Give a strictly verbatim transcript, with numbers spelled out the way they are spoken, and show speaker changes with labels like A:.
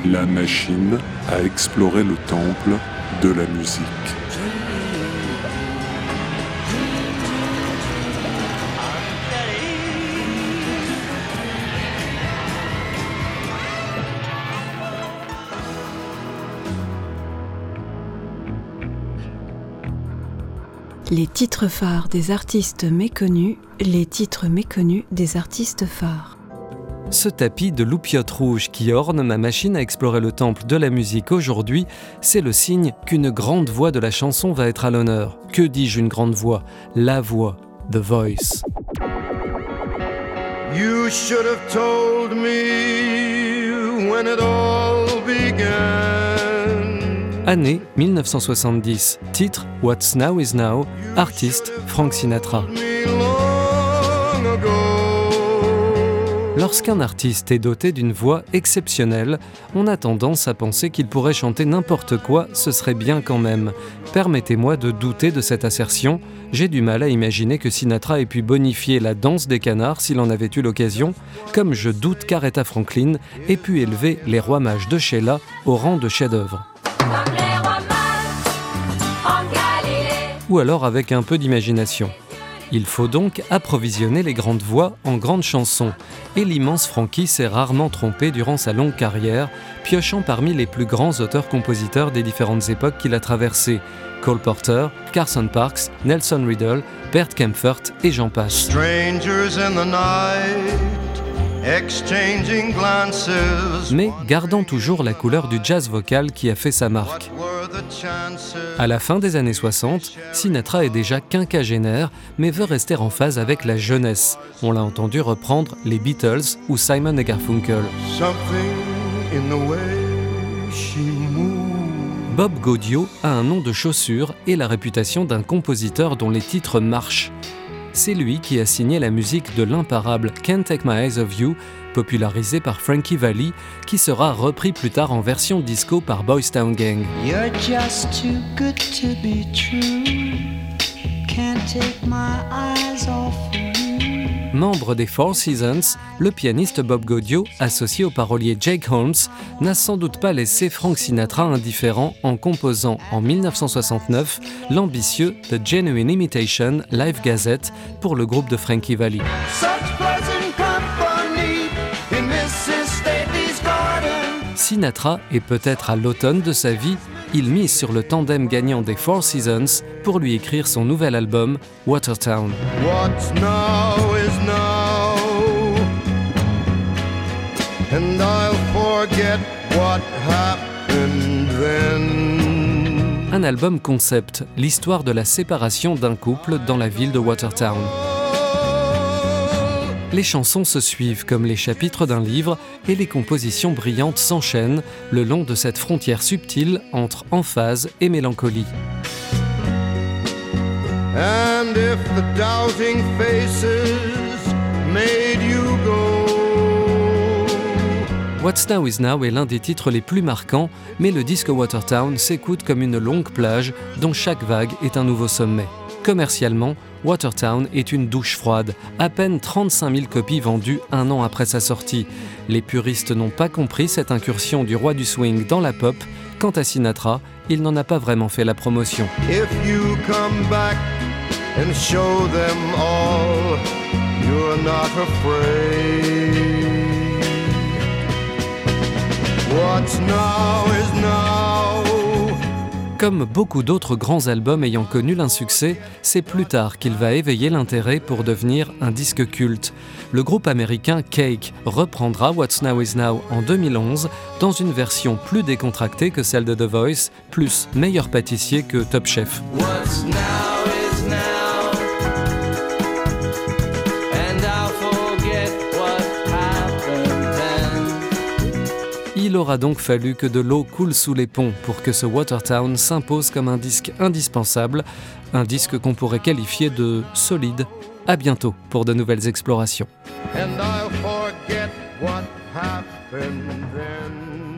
A: La machine a exploré le temple de la musique.
B: Les titres phares des artistes méconnus, les titres méconnus des artistes phares.
C: Ce tapis de loupiote rouge qui orne ma machine à explorer le temple de la musique aujourd'hui, c'est le signe qu'une grande voix de la chanson va être à l'honneur. Que dis-je une grande voix ? La voix, The Voice. You should have told me when it all began. Année dix-neuf cent soixante-dix, titre What's Now is Now, artiste Frank Sinatra. Lorsqu'un artiste est doté d'une voix exceptionnelle, on a tendance à penser qu'il pourrait chanter n'importe quoi, ce serait bien quand même. Permettez-moi de douter de cette assertion, j'ai du mal à imaginer que Sinatra ait pu bonifier la danse des canards s'il en avait eu l'occasion, comme je doute qu'Aretha Franklin ait pu élever les rois mages de Sheila au rang de chef-d'œuvre. Ou alors avec un peu d'imagination. Il faut donc approvisionner les grandes voix en grandes chansons. Et l'immense Frankie s'est rarement trompé durant sa longue carrière, piochant parmi les plus grands auteurs-compositeurs des différentes époques qu'il a traversées. Cole Porter, Carson Parks, Nelson Riddle, Bert Kaempfert et j'en passe. Mais gardant toujours la couleur du jazz vocal qui a fait sa marque. À la fin des années soixante, Sinatra est déjà quinquagénaire, mais veut rester en phase avec la jeunesse. On l'a entendu reprendre les Beatles ou Simon et Garfunkel. Bob Gaudio a un nom de chaussure et la réputation d'un compositeur dont les titres marchent. C'est lui qui a signé la musique de l'imparable Can't Take My Eyes Off You, popularisé par Frankie Valli, qui sera repris plus tard en version disco par Boys Town Gang. You're just too good to be true. Can't take my eyes off you. Membre des Four Seasons, le pianiste Bob Gaudio, associé au parolier Jake Holmes, n'a sans doute pas laissé Frank Sinatra indifférent en composant en dix-neuf cent soixante-neuf l'ambitieux The Genuine Imitation Live Gazette pour le groupe de Frankie Valli. Sinatra est peut-être à l'automne de sa vie, il mise sur le tandem gagnant des Four Seasons pour lui écrire son nouvel album Watertown. What's now is now, and I'll forget what happened then. Un album concept, l'histoire de la séparation d'un couple dans la ville de Watertown. Les chansons se suivent comme les chapitres d'un livre et les compositions brillantes s'enchaînent le long de cette frontière subtile entre emphase et mélancolie. And if the doubting faces made you go. What's Now is Now est l'un des titres les plus marquants, mais le disque Watertown s'écoute comme une longue plage dont chaque vague est un nouveau sommet. Commercialement, Watertown est une douche froide, à peine trente-cinq mille copies vendues un an après sa sortie. Les puristes n'ont pas compris cette incursion du roi du swing dans la pop. Quant à Sinatra, il n'en a pas vraiment fait la promotion. If you come back and show them all, you're not afraid. What's now is now. Comme beaucoup d'autres grands albums ayant connu l'insuccès, c'est plus tard qu'il va éveiller l'intérêt pour devenir un disque culte. Le groupe américain Cake reprendra What's Now is Now en deux mille onze dans une version plus décontractée que celle de The Voice, plus meilleur pâtissier que Top Chef. What's now is now, and I'll forget what happened then. Il aura donc fallu que de l'eau coule sous les ponts pour que ce Watertown s'impose comme un disque indispensable, un disque qu'on pourrait qualifier de solide. À bientôt pour de nouvelles explorations. And I'll forget what happened then.